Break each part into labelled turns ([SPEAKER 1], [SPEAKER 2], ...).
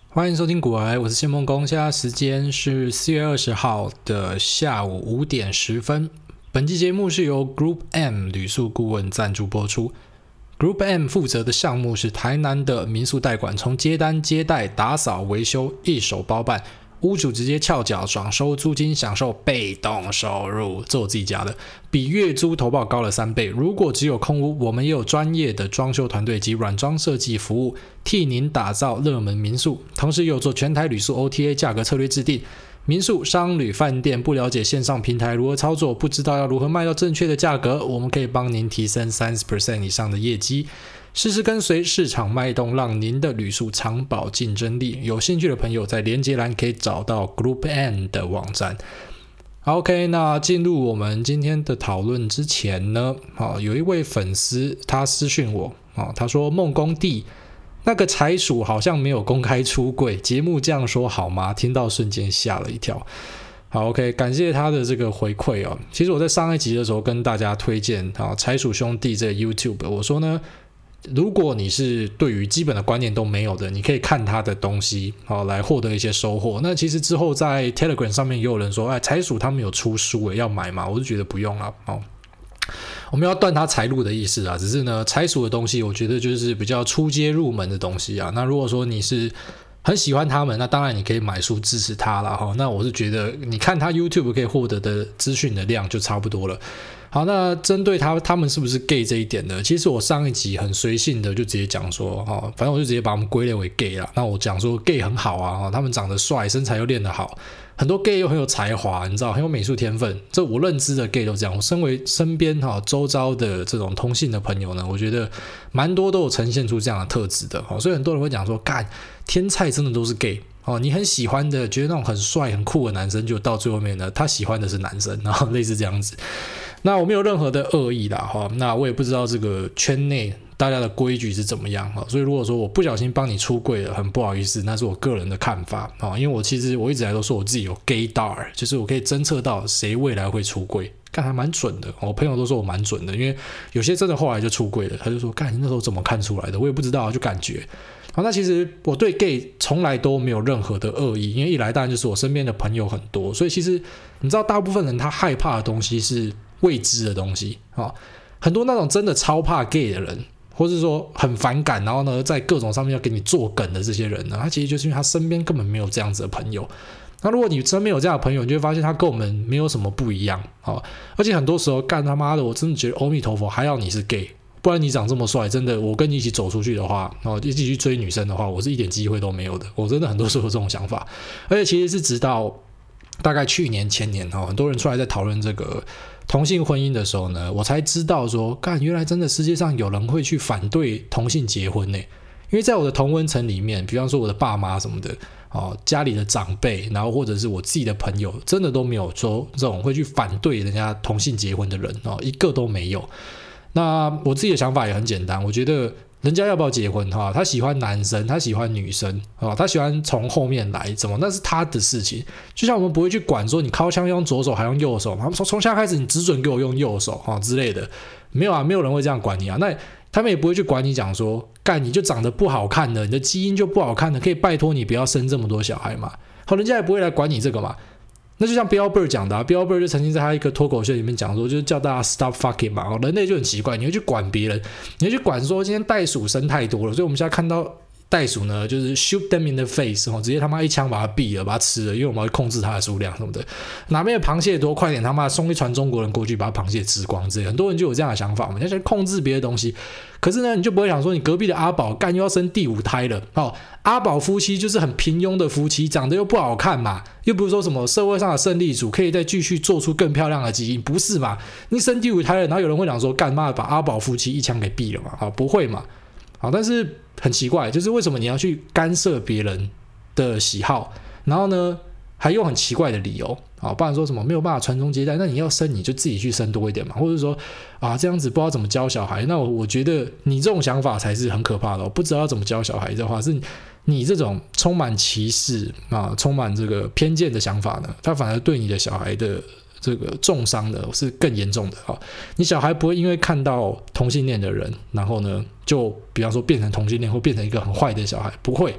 [SPEAKER 1] 欢迎收听股癌，我是谢梦工，现在时间是4月20号的下午5点10分。本期节目是由 Group M 旅宿顾问赞助播出。Group M 负责的项目是台南的民宿代管，从接单、接待、打扫、维修一手包办，屋主直接翘脚爽收租金，享受被动收入，这我自己加的，比月租投保高了3倍。如果只有空屋，我们也有专业的装修团队及软装设计服务，替您打造热门民宿，同时也有做全台旅宿 OTA 价格策略制定。民宿、商旅、饭店不了解线上平台如何操作，不知道要如何卖到正确的价格，我们可以帮您提升 30% 以上的业绩。实时跟随市场脉动，让您的旅宿长保竞争力。有兴趣的朋友在连结栏可以找到 Group M 的网站。OK， 那进入我们今天的讨论之前呢，有一位粉丝他私讯我，他说梦工弟那个财鼠好像没有公开出柜，节目这样说好吗？听到瞬间吓了一跳。好 ，OK， 感谢他的这个回馈哦。其实我在上一集的时候跟大家推荐财鼠兄弟这个 YouTube， 我说呢，如果你是对于基本的观念都没有的，你可以看他的东西来获得一些收获。那其实之后在 Telegram 上面也有人说，财鼠他们有出书要买吗？我就觉得不用了我们要断他财路的意思啊，只是呢，财鼠的东西我觉得就是比较初阶入门的东西啊。那如果说你是很喜欢他们，那当然你可以买书支持他啦那我是觉得你看他 YouTube 可以获得的资讯的量就差不多了。好，那针对他们是不是 gay 这一点呢？其实我上一集很随性的就直接讲说反正我就直接把他们归类为 gay 啦。那我讲说 gay 很好啊他们长得帅，身材又练得好，很多 gay 又很有才华，你知道很有美术天分，这我认知的 gay 都这样。我身为身边周遭的这种同性的朋友呢，我觉得蛮多都有呈现出这样的特质的所以很多人会讲说，干天菜真的都是 gay你很喜欢的，觉得那种很帅很酷的男生，就到最后面呢，他喜欢的是男生，然后类似这样子。那我没有任何的恶意啦那我也不知道这个圈内大家的规矩是怎么样所以如果说我不小心帮你出柜了，很不好意思，那是我个人的看法因为我其实我一直来都说我自己有 gaydar， 就是我可以侦测到谁未来会出柜，干还蛮准的我朋友都说我蛮准的，因为有些真的后来就出柜了，他就说干你那时候怎么看出来的，我也不知道就感觉那其实我对 gay 从来都没有任何的恶意，因为一来当然就是我身边的朋友很多，所以其实你知道大部分人他害怕的东西是未知的东西很多那种真的超怕 gay 的人，或是说很反感，然后呢在各种上面要给你做梗的这些人呢，他其实就是因为他身边根本没有这样子的朋友。那如果你身边有这样的朋友，你就会发现他跟我们没有什么不一样而且很多时候干他妈的，我真的觉得阿弥陀佛还要你是 gay，不然你长这么帅，真的我跟你一起走出去的话一起去追女生的话，我是一点机会都没有的。我真的很多时候有这种想法，而且其实是直到大概去年前年很多人出来在讨论这个同性婚姻的时候呢，我才知道说干原来真的世界上有人会去反对同性结婚因为在我的同温层里面，比方说我的爸妈什么的家里的长辈，然后或者是我自己的朋友，真的都没有说这种会去反对人家同性结婚的人一个都没有。那我自己的想法也很简单，我觉得人家要不要结婚他喜欢男生，他喜欢女生他喜欢从后面来怎么，那是他的事情。就像我们不会去管说你靠枪用左手还用右手，他们说从现在开始你只准给我用右手之类的，没有没有人会这样管你那他们也不会去管你讲说干你就长得不好看的，你的基因就不好看的，可以拜托你不要生这么多小孩嘛人家也不会来管你这个嘛。那就像 Bill Burr 讲的Bill Burr 就曾经在他一个脱口秀里面讲说，就是叫大家 stop fucking 嘛人类就很奇怪，你会去管别人，你会去管说今天袋鼠生太多了，所以我们现在看到袋鼠呢就是 shoot them in the face 直接他妈一枪把它毙了，把它吃了，因为我们会控制它的数量什么的。哪边的螃蟹多，快点他妈送一船中国人过去把螃蟹吃光之类，很多人就有这样的想法嘛，你要去控制别的东西。可是呢你就不会想说你隔壁的阿宝干又要生第5胎了阿宝夫妻就是很平庸的夫妻，长得又不好看嘛，又不是说什么社会上的胜利组可以再继续做出更漂亮的基因，不是嘛？你生第5胎了，然后有人会讲说干嘛把阿宝夫妻一枪给毙了嘛不会嘛但是很奇怪，就是为什么你要去干涉别人的喜好，然后呢还用很奇怪的理由不然说什么没有办法传宗接代，那你要生你就自己去生多一点嘛，或者说这样子不知道怎么教小孩，那我觉得你这种想法才是很可怕的不知道怎么教小孩的话，是你这种充满歧视充满这个偏见的想法呢，它反而对你的小孩的这个重伤的是更严重的你小孩不会因为看到同性恋的人，然后呢就比方说变成同性恋或变成一个很坏的小孩，不会，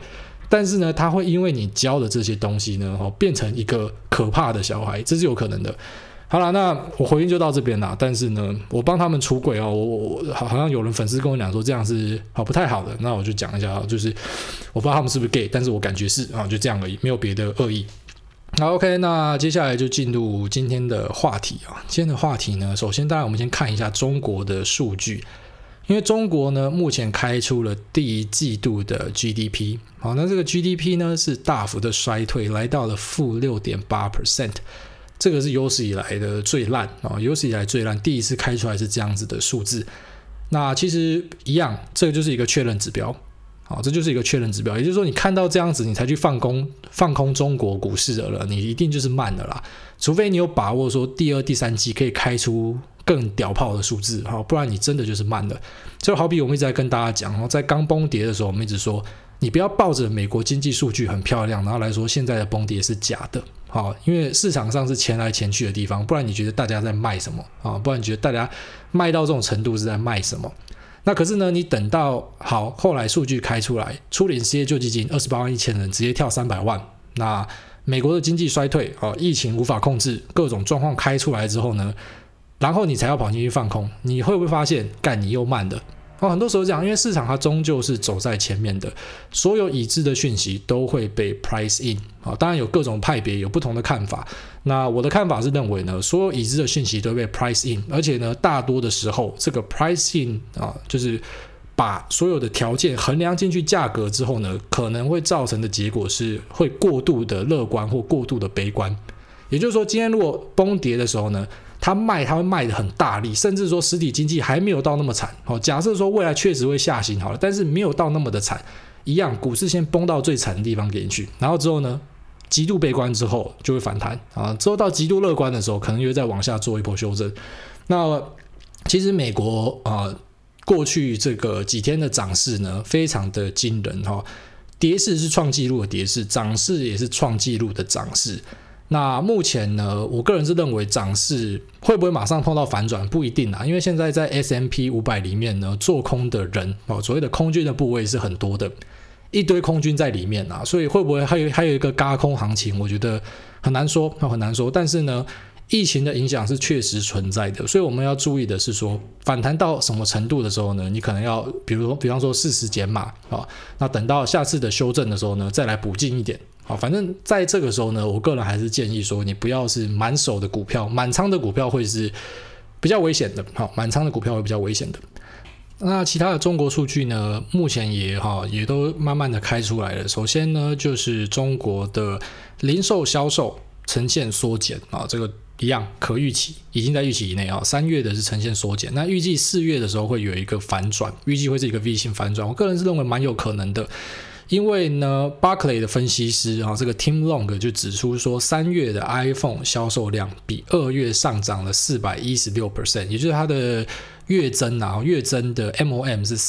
[SPEAKER 1] 但是呢，他会因为你教的这些东西呢，变成一个可怕的小孩，这是有可能的。好了，那我回应就到这边啦。但是呢，我帮他们出柜我好像有人粉丝跟我讲说这样是不太好的，那我就讲一下，就是我不知道他们是不是 gay， 但是我感觉是就这样而已，没有别的恶意。好 ，OK， 那接下来就进入今天的话题啊。今天的话题呢，首先当然我们先看一下中国的数据。因为中国呢，目前开出了第一季度的 GDP， 好，那这个 GDP 呢是大幅的衰退，来到了负 6.8%， 这个是有史以来的最烂有史以来最烂，第一次开出来是这样子的数字。那其实一样，这个就是一个确认指标，好，这就是一个确认指标，也就是说你看到这样子，你才去放空中国股市的了，你一定就是慢了啦，除非你有把握说第二、第三季可以开出更屌炮的数字，不然你真的就是慢了。就好比我们一直在跟大家讲，在刚崩跌的时候，我们一直说你不要抱着美国经济数据很漂亮，然后来说现在的崩跌是假的，因为市场上是钱来钱去的地方，不然你觉得大家在卖什么不然你觉得大家卖到这种程度是在卖什么？那可是呢，你等到后来数据开出来，初领失业救济金28万1000人直接跳300万，那美国的经济衰退疫情无法控制，各种状况开出来之后呢，然后你才要跑进去放空，你会不会发现干你又慢了很多时候这样，因为市场它终究是走在前面的，所有已知的讯息都会被 price in 当然有各种派别有不同的看法，那我的看法是认为呢，所有已知的讯息都被 price in， 而且呢大多的时候这个 price in 就是把所有的条件衡量进去价格之后呢，可能会造成的结果是会过度的乐观或过度的悲观。也就是说，今天如果崩跌的时候呢，它会卖得很大力，甚至说实体经济还没有到那么惨假设说未来确实会下行好了，但是没有到那么的惨，一样股市先崩到最惨的地方给你去，然后之后呢极度悲观之后就会反弹之后到极度乐观的时候可能又会再往下做一波修正。那其实美国过去这个几天的涨势呢非常的惊人跌势是创纪录的跌势，涨势也是创纪录的涨势。那目前呢，我个人是认为涨势会不会马上碰到反转不一定因为现在在 S&P 500里面呢，做空的人所谓的空军的部位是很多的，一堆空军在里面所以会不会还有一个軋空行情，我觉得很难说很难说。但是呢，疫情的影响是确实存在的，所以我们要注意的是说，反弹到什么程度的时候呢，你可能要比方说40减码那等到下次的修正的时候呢，再来补进一点反正在这个时候呢，我个人还是建议说，你不要是满手的股票，满仓的股票会是比较危险的满仓的股票会比较危险的。那其他的中国数据呢，目前也都慢慢的开出来了。首先呢，就是中国的零售销售呈现缩减这个一样可预期，已经在预期以内3月的是呈现缩减，那预计4月的时候会有一个反转，预计会是一个 V 型反转，我个人是认为蛮有可能的。因为呢 Barclay 的分析师这个 Tim Long 就指出说，3月的 iPhone 销售量比2月上涨了 416%， 也就是它的月增的 MOM 是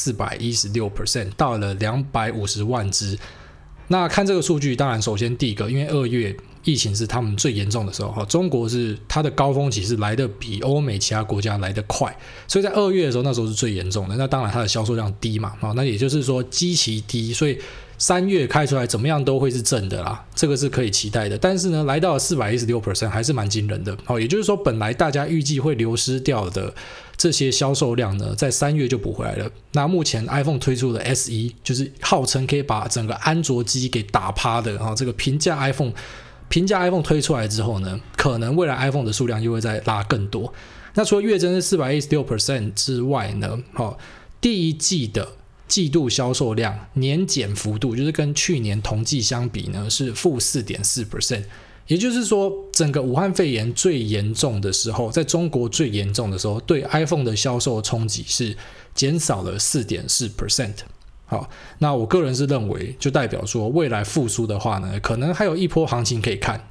[SPEAKER 1] 416%， 到了250万只。那看这个数据，当然首先第一个，因为2月疫情是他们最严重的时候中国是它的高峰期是来的比欧美其他国家来的快，所以在2月的时候那时候是最严重的，那当然它的销售量低嘛那也就是说基期低，所以3月开出来怎么样都会是正的啦，这个是可以期待的。但是呢，来到了 416% 还是蛮惊人的也就是说本来大家预计会流失掉的这些销售量呢，在3月就补回来了。那目前 iPhone 推出的 SE 就是号称可以把整个安卓机给打趴的这个平价 iPhone 推出来之后呢，可能未来 iPhone 的数量又会再拉更多。那除了月增是 416% 之外呢第一季的季度销售量年减幅度就是跟去年同季相比呢是负 4.4%， 也就是说整个武汉肺炎最严重的时候，在中国最严重的时候，对 iPhone 的销售冲击是减少了 4.4%。 好，那我个人是认为就代表说未来复苏的话呢，可能还有一波行情可以看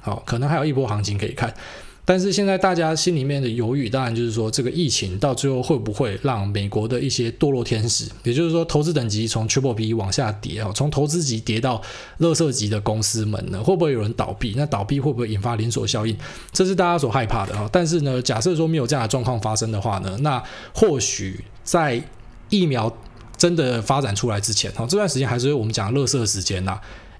[SPEAKER 1] 但是现在大家心里面的犹豫当然就是说，这个疫情到最后会不会让美国的一些堕落天使，也就是说投资等级从 Triple B 往下跌从投资级跌到垃圾级的公司们呢，会不会有人倒闭？那倒闭会不会引发连锁效应？这是大家所害怕的但是呢，假设说没有这样的状况发生的话呢，那或许在疫苗真的发展出来之前这段时间还是我们讲垃圾时间啦，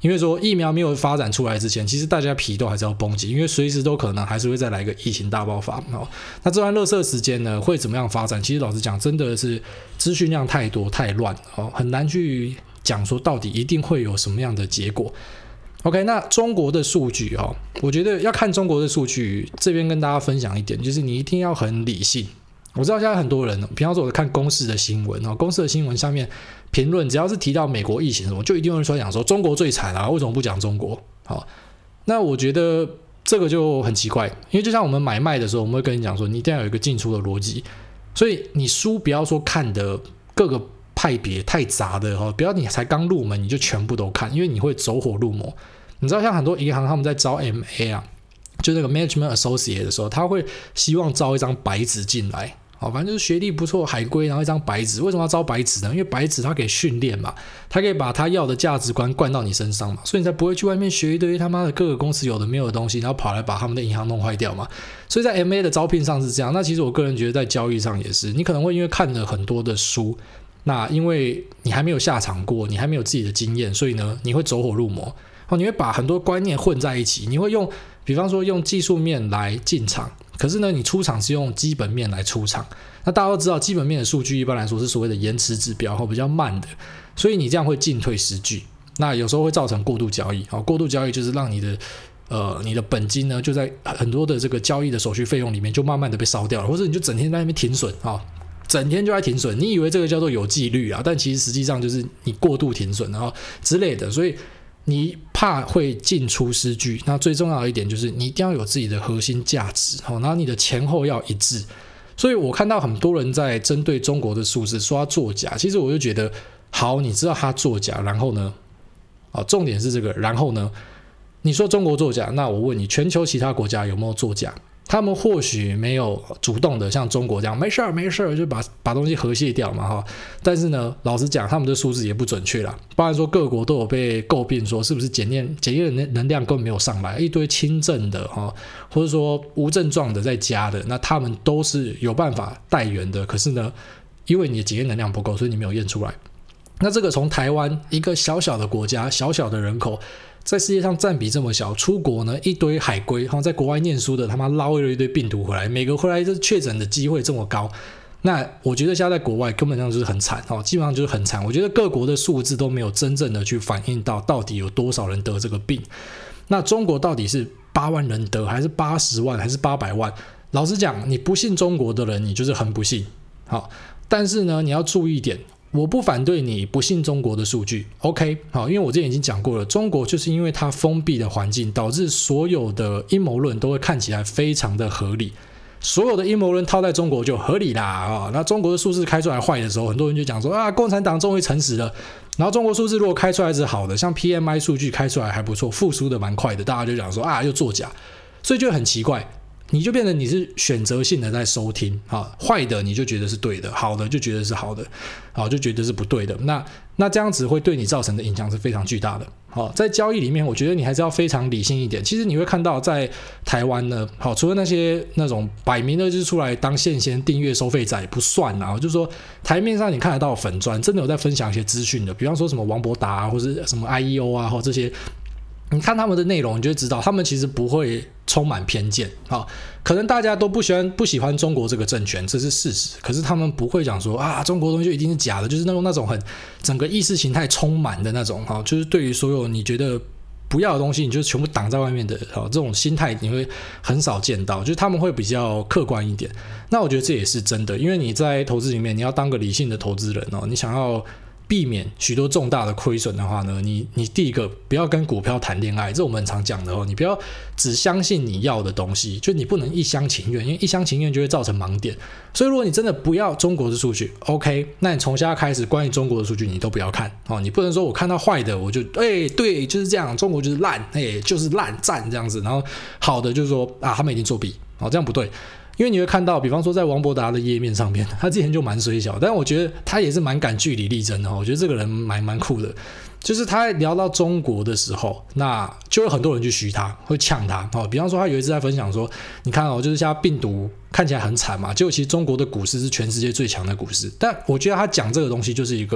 [SPEAKER 1] 因为说疫苗没有发展出来之前，其实大家皮都还是要绷紧，因为随时都可能还是会再来一个疫情大爆发。那这段垃圾时间呢，会怎么样发展？其实老实讲，真的是资讯量太多太乱，很难去讲说到底一定会有什么样的结果。OK， 那中国的数据我觉得要看中国的数据，这边跟大家分享一点，就是你一定要很理性。我知道现在很多人，比方说我看公视的新闻，公视的新闻下面评论，只要是提到美国疫情什么，就一定会说讲说中国最惨啊，为什么不讲中国？那我觉得这个就很奇怪，因为就像我们买卖的时候，我们会跟你讲说，你一定要有一个进出的逻辑，所以你书不要说看的各个派别太杂的不要你才刚入门你就全部都看，因为你会走火入魔。你知道像很多银行他们在招 MA 啊，就那个 Management Associate 的时候，他会希望招一张白纸进来，反正就是学历不错海归，然后一张白纸。为什么要招白纸呢？因为白纸它可以训练嘛，它可以把他要的价值观灌到你身上嘛，所以你才不会去外面学一堆他妈的各个公司有的没有的东西，然后跑来把他们的银行弄坏掉嘛。所以在 MA 的招聘上是这样。那其实我个人觉得在交易上也是，你可能会因为看了很多的书，那因为你还没有下场过，你还没有自己的经验，所以呢你会走火入魔，你会把很多观念混在一起，你会用比方说用技术面来进场，可是呢你出场是用基本面来出场。那大家都知道基本面的数据一般来说是所谓的延迟指标，比较慢的，所以你这样会进退失据，那有时候会造成过度交易。过度交易就是让你的本金呢就在很多的这个交易的手续费用里面就慢慢的被烧掉了，或者你就整天在那边停损整天就在停损，你以为这个叫做有纪律啊，但其实实际上就是你过度停损之类的，所以你怕会进出失据。那最重要的一点就是你一定要有自己的核心价值，然后你的前后要一致。所以我看到很多人在针对中国的数字说他作假，其实我就觉得好，你知道他作假，然后呢重点是这个，然后呢你说中国作假，那我问你，全球其他国家有没有作假？他们或许没有主动的像中国这样没事就把东西和谐掉嘛但是呢老实讲他们的数字也不准确啦，包含说各国都有被诟病说是不是检验能量根本没有上来，一堆轻症的或者说无症状的在家的，那他们都是有办法带源的，可是呢因为你的检验能量不够，所以你没有验出来。那这个从台湾一个小小的国家，小小的人口，在世界上占比这么小，出国呢一堆海归在国外念书的他妈捞了一堆病毒回来，每个回来确诊的机会这么高，那我觉得现在在国外根本上就是很惨基本上就是很惨。我觉得各国的数字都没有真正的去反映到底有多少人得这个病。那中国到底是8万人得还是80万还是800万？老实讲，你不信中国的人你就是很不信但是呢你要注意一点，我不反对你不信中国的数据 OK 好，因为我之前已经讲过了，中国就是因为它封闭的环境，导致所有的阴谋论都会看起来非常的合理，所有的阴谋论套在中国就合理啦那中国的数字开出来坏的时候，很多人就讲说共产党终于诚实了，然后中国数字如果开出来是好的，像 PMI 数据开出来还不错，复苏的蛮快的，大家就讲说又作假，所以就很奇怪，你就变成你是选择性的在收听坏的你就觉得是对的，好的就觉得是好的就觉得是不对的，那这样子会对你造成的影响是非常巨大的在交易里面我觉得你还是要非常理性一点。其实你会看到在台湾呢除了那些那种摆明的就是出来当线先订阅收费仔不算就是说台面上你看得到粉专真的有在分享一些资讯的，比方说什么王博达或是什么 IEO 或这些，你看他们的内容你就会知道他们其实不会充满偏见可能大家都不喜欢中国这个政权，这是事实，可是他们不会讲说中国的东西就一定是假的，就是那种很整个意识形态充满的那种就是对于所有你觉得不要的东西你就全部挡在外面的这种心态你会很少见到，就是他们会比较客观一点。那我觉得这也是真的，因为你在投资里面你要当个理性的投资人你想要避免许多重大的亏损的话呢，你第一个不要跟股票谈恋爱，这我们很常讲的你不要只相信你要的东西，就你不能一厢情愿，因为一厢情愿就会造成盲点。所以如果你真的不要中国的数据 OK， 那你从现在开始关于中国的数据你都不要看你不能说我看到坏的我就对就是这样，中国就是烂就是烂赞这样子，然后好的就是说他们一定作弊这样不对。因为你会看到比方说在王博达的页面上面，他之前就蛮衰小，但我觉得他也是蛮敢据理力争的我觉得这个人蛮酷的，就是他聊到中国的时候，那就有很多人去嘘他，会呛他比方说他有一次在分享说，你看就是现在病毒看起来很惨嘛，结果其实中国的股市是全世界最强的股市，但我觉得他讲这个东西就是一个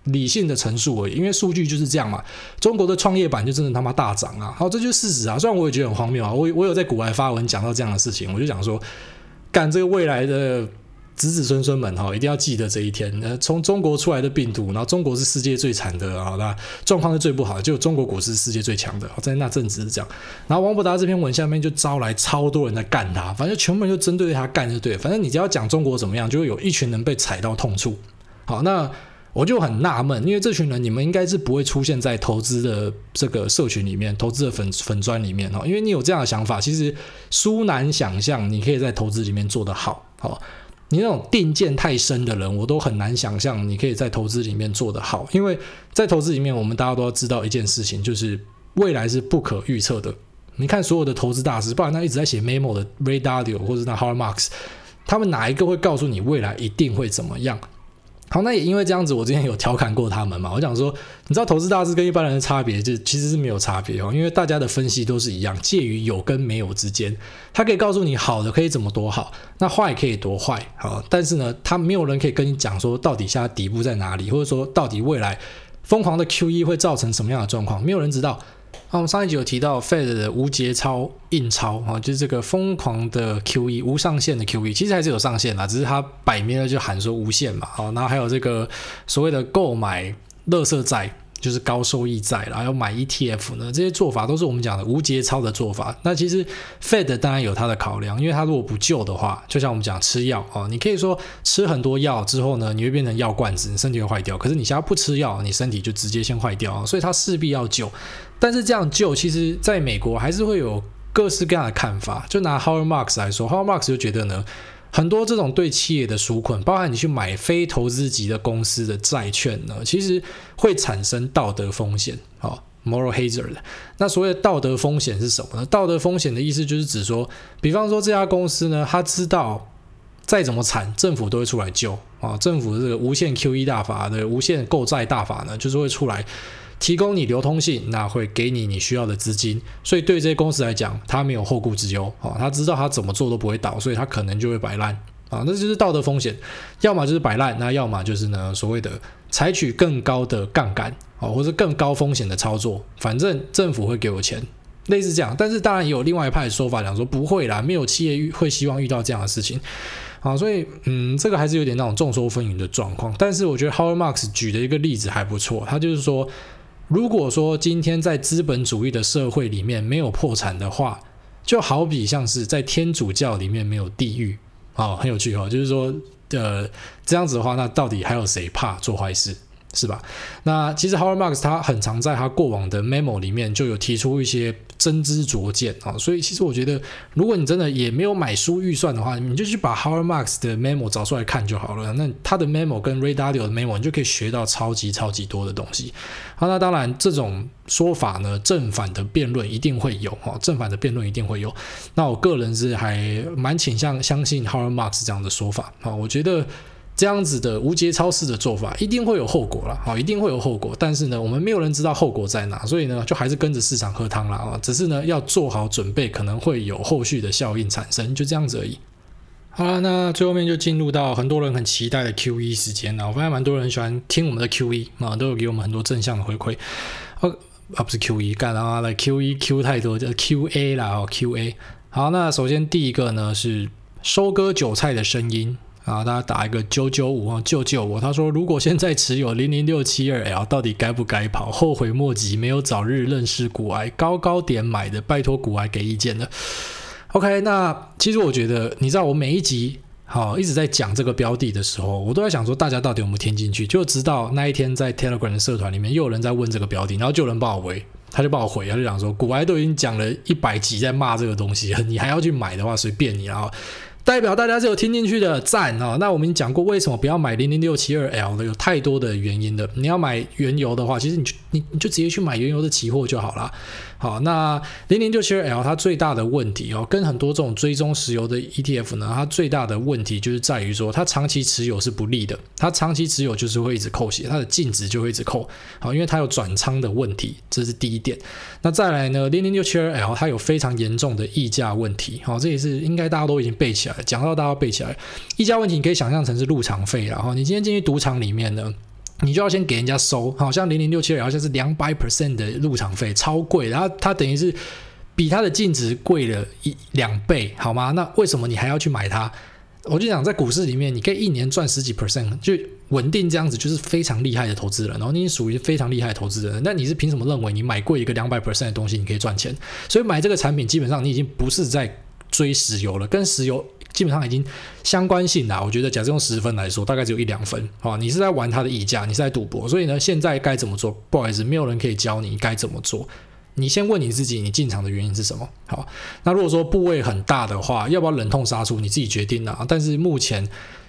[SPEAKER 1] 理性的陈述而已，因为数据就是这样嘛。中国的创业板就真的他妈大涨啊，好，这就是事实啊。虽然我也觉得很荒谬啊，我有在股外发文讲到这样的事情，我就讲说，干这个未来的子子孙孙们一定要记得这一天。从中国出来的病毒，然后中国是世界最惨的啊，那状况是最不好的，就中国股市是世界最强的，在那阵子是这样。然后王博达这篇文下面就招来超多人在干他，反正全部人就针对他干就对了。反正你只要讲中国怎么样，就会有一群人被踩到痛处。好，那我就很纳闷，因为这群人你们应该是不会出现在投资的这个社群里面，投资的粉专里面，因为你有这样的想法，其实殊难想象你可以在投资里面做得好。你那种定见太深的人，我都很难想象你可以在投资里面做得好，因为在投资里面，我们大家都要知道一件事情，就是未来是不可预测的。你看所有的投资大师，包括那一直在写 memo 的 Ray Dalio 或者那 Howard Marks， 他们哪一个会告诉你未来一定会怎么样？好，那也因为这样子，我之前有调侃过他们嘛。我讲说，你知道投资大师跟一般人的差别，就其实是没有差别因为大家的分析都是一样，介于有跟没有之间。他可以告诉你好的可以怎么多好，那坏可以多坏。好，但是呢，他没有人可以跟你讲说到底现在底部在哪里，或者说到底未来疯狂的 QE 会造成什么样的状况，没有人知道。我们上一集有提到 Fed 的无节操印钞就是这个疯狂的 QE 无上限的 QE， 其实还是有上限啦，只是它摆明了就喊说无限嘛。然后还有这个所谓的购买垃圾债，就是高收益债啦，要买 ETF 呢，这些做法都是我们讲的无节操的做法。那其实 Fed 当然有它的考量，因为它如果不救的话，就像我们讲吃药你可以说吃很多药之后呢，你会变成药罐子，你身体会坏掉。可是你现在不吃药，你身体就直接先坏掉所以它势必要救。但是这样救，其实在美国还是会有各式各样的看法。就拿 Howard Marks 来说 ，Howard Marks 就觉得呢，很多这种对企业的纾困，包含你去买非投资级的公司的债券呢，其实会产生道德风险moral hazard。 那所谓的道德风险是什么呢？道德风险的意思就是指说，比方说这家公司呢，他知道再怎么惨，政府都会出来救政府这个无限 QE 大法的无限购债大法呢，就是会出来提供你流通性，那会给你需要的资金。所以对这些公司来讲，他没有后顾之忧他知道他怎么做都不会倒，所以他可能就会摆烂那就是道德风险。要么就是摆烂，那要么就是呢所谓的采取更高的杠杆或者更高风险的操作，反正政府会给我钱，类似这样。但是当然也有另外一派的说法讲说，不会啦，没有企业会希望遇到这样的事情所以这个还是有点那种众说纷纭的状况。但是我觉得 Howard Marks 举的一个例子还不错，他就是说，如果说今天在资本主义的社会里面没有破产的话，就好比像是在天主教里面没有地狱很有趣就是说这样子的话，那到底还有谁怕做坏事，是吧？那其实 Howard Marks 他很常在他过往的 memo 里面就有提出一些真知灼见所以其实我觉得，如果你真的也没有买书预算的话，你就去把 Howard Marks 的 memo 找出来看就好了。那他的 memo 跟 Ray Dalio 的 memo 你就可以学到超级多的东西。好，那当然这种说法呢，正反的辩论一定会有正反的辩论一定会有。那我个人是还蛮倾向相信 Howard Marks 这样的说法我觉得这样子的无节操式的做法一定会有后果啦一定会有后果。但是呢，我们没有人知道后果在哪，所以呢，就还是跟着市场喝汤啦只是呢，要做好准备，可能会有后续的效应产生，就这样子而已。好啦，那最后面就进入到很多人很期待的 QE 时间我发现蛮多人喜欢听我们的 QE 都有给我们很多正向的回馈不是 QE 干啦QE Q 太多，叫 QA 啦QA。 好，那首先第一个呢是收割韭菜的声音大家打一个995救救我。他说，如果现在持有 00672L 到底该不该跑，后悔莫及，没有早日认识股癌，高点买的，拜托股癌给意见了。 OK， 那其实我觉得，你知道我每一集一直在讲这个标的的时候，我都在想说大家到底有没有听进去，就直到那一天在 Telegram 的社团里面又有人在问这个标的，然后就有人帮我回，他就帮我回，他就讲说股癌都已经讲了100集在骂这个东西了，你还要去买的话随便你代表大家是有听进去的，赞那我们已经讲过为什么不要买 00672L 的，有太多的原因的。你要买原油的话，其实你就直接去买原油的期货就好了。好，那 00672L 它最大的问题跟很多这种追踪石油的 ETF 呢，它最大的问题就是在于说它长期持有是不利的，它长期持有就是会一直扣血，它的净值就会一直扣因为它有转仓的问题，这是第一点。那再来呢， 00672L 它有非常严重的溢价问题这也是应该大家都已经背起来了，讲到大家都背起来了。溢价问题你可以想象成是入场费啦你今天进去赌场里面呢， 你就要先给人家收，好像0067好像是200% 的入场费，超贵，然后它等于是比它的净值贵了2倍，好吗？那为什么你还要去买它？我就讲在股市里面，你可以一年赚10几%，就稳定这样子，就是非常厉害的投资人。然后你属于非常厉害的投资人，那你是凭什么认为你买贵一个200% 的东西你可以赚钱？所以买这个产品基本上你已经不是在追石油了，跟石油基本上已经相关性啦。我觉得假设用10分来说，大概只有1-2分。你是在玩它的溢价，你是在赌博。所以呢，现在该怎么做？不好意思，没有人可以教你该怎么做。你先问你自己，你进场的原因是什么？好，那如果说部位很大的话，要不要忍痛杀出，你自己决定啦。但是目前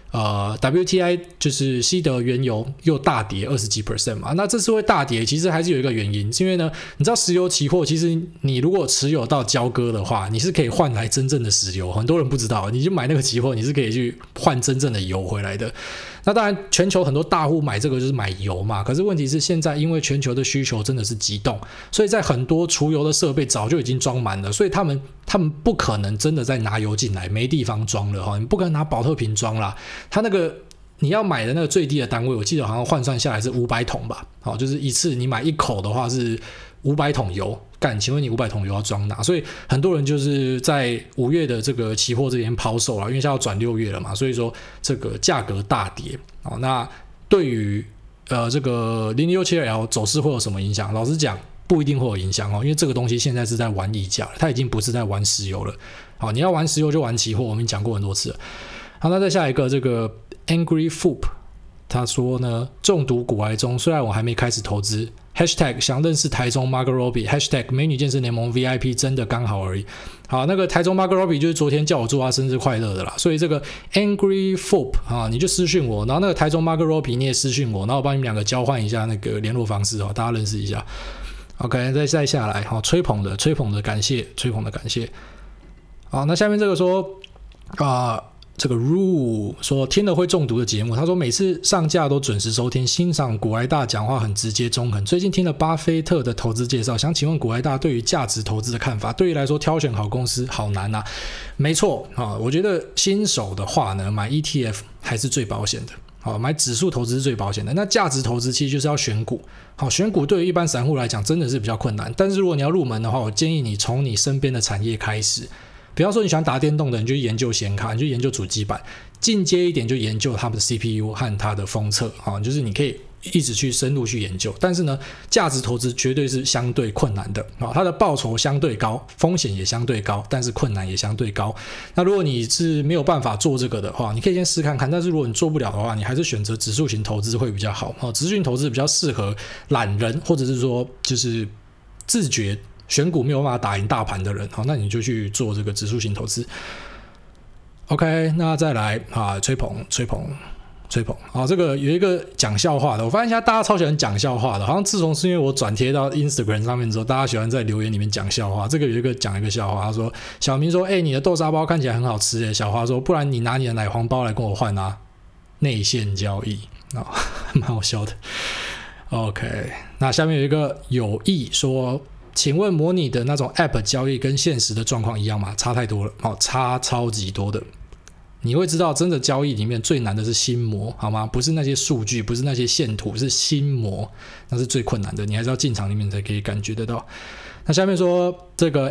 [SPEAKER 1] WTI 就是西德原油又大跌20几%嘛，那这次会大跌其实还是有一个原因，是因为呢，你知道石油期货其实你如果持有到交割的话，你是可以换来真正的石油，很多人不知道，你就买那个期货，你是可以去换真正的油回来的。那当然全球很多大户买这个就是买油嘛，可是问题是现在因为全球的需求真的是急冻，所以在很多储油的设备早就已经装满了，所以他们不可能真的再拿油进来，没地方装了，你不可能拿保特瓶装啦。他那个你要买的那个最低的单位，我记得好像换算下来是500桶吧，就是一次你买1口的话是500桶油，请问你500桶油要装哪？所以很多人就是在5月的这个期货这边抛售了，因为现在要转6月了嘛，所以说这个价格大跌。那对于这个0067L 走势会有什么影响？老实讲不一定会有影响，因为这个东西现在是在玩溢价了，它已经不是在玩石油了。好，你要玩石油就玩期货，我们讲过很多次了。好，那再下一个这个 Angry Foop， 他说呢，中毒股癌中，虽然我还没开始投资 #想认识台中 Margot Robbie #美女健身联盟 VIP 真的刚好而已。好，那个台中 Margot Robbie 就是昨天叫我祝他生日快乐的啦，所以这个 Angry Foop 你就私讯我，然后那个台中 Margot Robbie 你也私讯我，然后我帮你们两个交换一下那个联络方式，大家认识一下。OK， 再下来，吹捧的感谢，吹捧的感谢。好，那下面这个说这个 Rue 说听了会中毒的节目，他说每次上架都准时收听，欣赏股癌大讲话很直接中肯。最近听了巴菲特的投资介绍，想请问股癌大对于价值投资的看法。对于来说挑选好公司好难啊。没错我觉得新手的话呢，买 ETF 还是最保险的。买指数投资是最保险的。那价值投资其实就是要选股。选股对于一般散户来讲真的是比较困难，但是如果你要入门的话，我建议你从你身边的产业开始。比方说你喜欢打电动的，你就研究显卡，你就研究主机板，进阶一点就研究他们的 CPU 和它的封测，就是你可以一直去深入去研究。但是呢，价值投资绝对是相对困难的，它的报酬相对高，风险也相对高，但是困难也相对高。那如果你是没有办法做这个的话，你可以先试看看，但是如果你做不了的话，你还是选择指数型投资会比较好。指数型投资比较适合懒人，或者是说就是自觉选股没有办法打赢大盘的人，那你就去做这个指数型投资。OK， 那再来吹捧。这个有一个讲笑话的，我发现现在大家超喜欢讲笑话的，好像自从是因为我转贴到 Instagram 上面之后，大家喜欢在留言里面讲笑话。这个有一个讲一个笑话，他说小明说你的豆沙包看起来很好吃耶，小花说不然你拿你的奶黄包来跟我换啊。内线交易蛮好笑的。OK， 那下面有一个有意说，请问模拟的那种 App 交易跟现实的状况一样吗？差太多了，差超级多的。你会知道真的交易里面最难的是心魔，好吗？不是那些数据，不是那些线图，是心魔，那是最困难的，你还是要进场里面才可以感觉得到。那下面说这个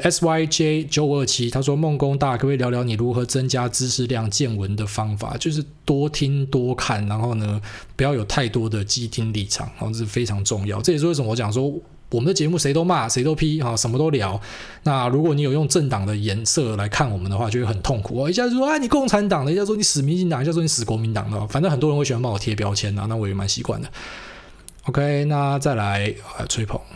[SPEAKER 1] SYJ9527 他说梦工大可不可以聊聊你如何增加知识量见闻的方法，就是多听多看，然后呢不要有太多的既定立场，这是非常重要。这也是为什么我讲说我们的节目谁都骂谁都批，什么都聊。那如果你有用政党的颜色来看我们的话，就会很痛苦。一下就说你共产党的，一下说你死民进党，一下说你死国民党的，反正很多人会喜欢帮我贴标签，那我也蛮习惯的。OK， 那再来吹捧。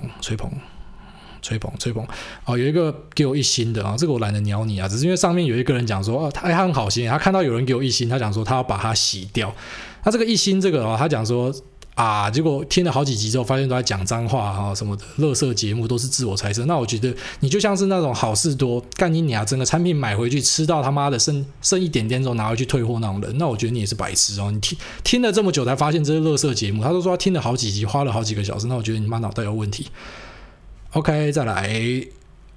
[SPEAKER 1] 有一个给我1星的这个我懒得鸟你只是因为上面有一个人讲说他很好心，他看到有人给我1星，他讲说他要把它洗掉。那这个1星这个他讲说结果听了好几集之后发现都在讲脏话什么的，垃圾节目都是自我猜测。那我觉得你就像是那种好事多干你娘，整个产品买回去吃到他妈的剩一点点之后拿回去退货那种人，那我觉得你也是白痴你听了这么久才发现这是垃圾节目。他都说他听了好几集花了好几个小时，那我觉得你妈脑袋有问题。OK， 再来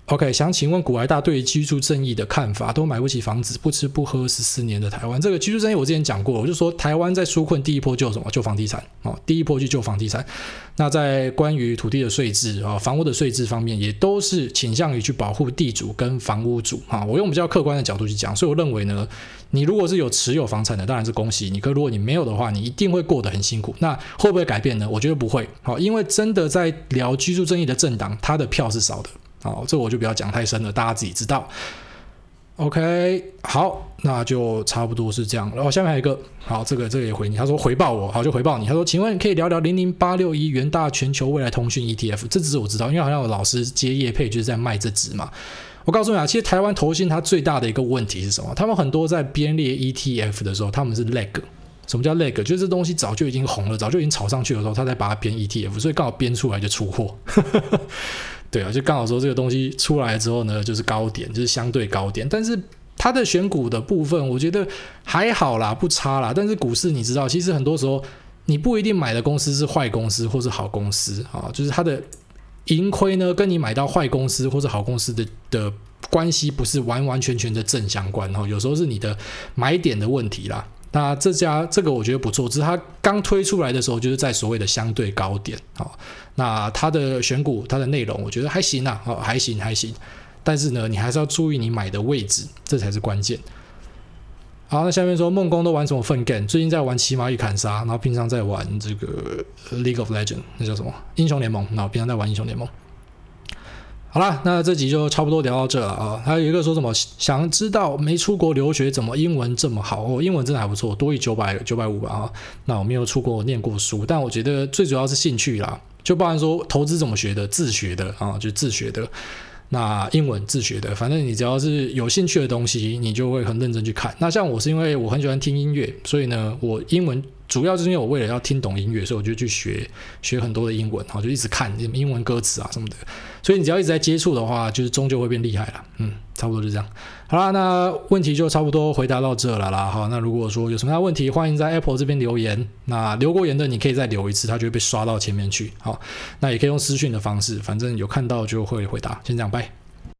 [SPEAKER 1] OK， 想请问股癌大对于居住正义的看法，都买不起房子，不吃不喝14年的台湾，这个居住正义我之前讲过，我就说台湾在纾困第一波救什么？救房地产第一波去救房地产。那在关于土地的税制房屋的税制方面，也都是倾向于去保护地主跟房屋主我用比较客观的角度去讲，所以我认为呢，你如果是有持有房产的，当然是恭喜你，可如果你没有的话，你一定会过得很辛苦。那会不会改变呢？我觉得不会因为真的在聊居住正义的政党，他的票是少的。这我就不要讲太深了，大家自己知道。OK， 好，那就差不多是这样。然后下面还有一个，好，这个也回你，他说回报我，好就回报你。他说，请问可以聊聊00861元大全球未来通讯 ETF？ 这只我知道，因为好像有老师接业配就是在卖这只嘛。我告诉你其实台湾投信它最大的一个问题是什么？他们很多在编列 ETF 的时候，他们是 lag。什么叫 lag？ 就是这东西早就已经红了，早就已经炒上去的时候，他再把它编 ETF， 所以刚好编出来就出货。对就刚好说这个东西出来之后呢，就是高点，就是相对高点，但是它的选股的部分，我觉得还好啦，不差啦。但是股市你知道，其实很多时候你不一定买的公司是坏公司或是好公司就是它的盈亏呢，跟你买到坏公司或是好公司的关系不是完完全全的正相关有时候是你的买点的问题啦。那这个我觉得不错，只是它刚推出来的时候就是在所谓的相对高点那它的选股它的内容我觉得还行还行，但是呢你还是要注意你买的位置，这才是关键。好，那下面说梦工都玩什么分 game？ 最近在玩骑马与砍杀，然后平常在玩这个 League of Legends， 那叫什么英雄联盟，然后平常在玩英雄联盟。好啦，那这集就差不多聊到这了还有一个说什么想知道没出国留学怎么英文这么好英文真的还不错，多益950吧那我没有出国念过书，但我觉得最主要是兴趣啦，就包含说投资怎么学的，自学的就自学的。那英文自学的，反正你只要是有兴趣的东西，你就会很认真去看。那像我是因为我很喜欢听音乐，所以呢，我英文主要就是因为我为了要听懂音乐，所以我就去学很多的英文，就一直看英文歌词什么的。所以你只要一直在接触的话，就是终究会变厉害啦。差不多就这样。好啦，那问题就差不多回答到这了啦。好，那如果说有什么样的问题，欢迎在 Apple 这边留言。那留过言的，你可以再留一次，它就会被刷到前面去。好，那也可以用私讯的方式，反正有看到就会回答。先这样，拜。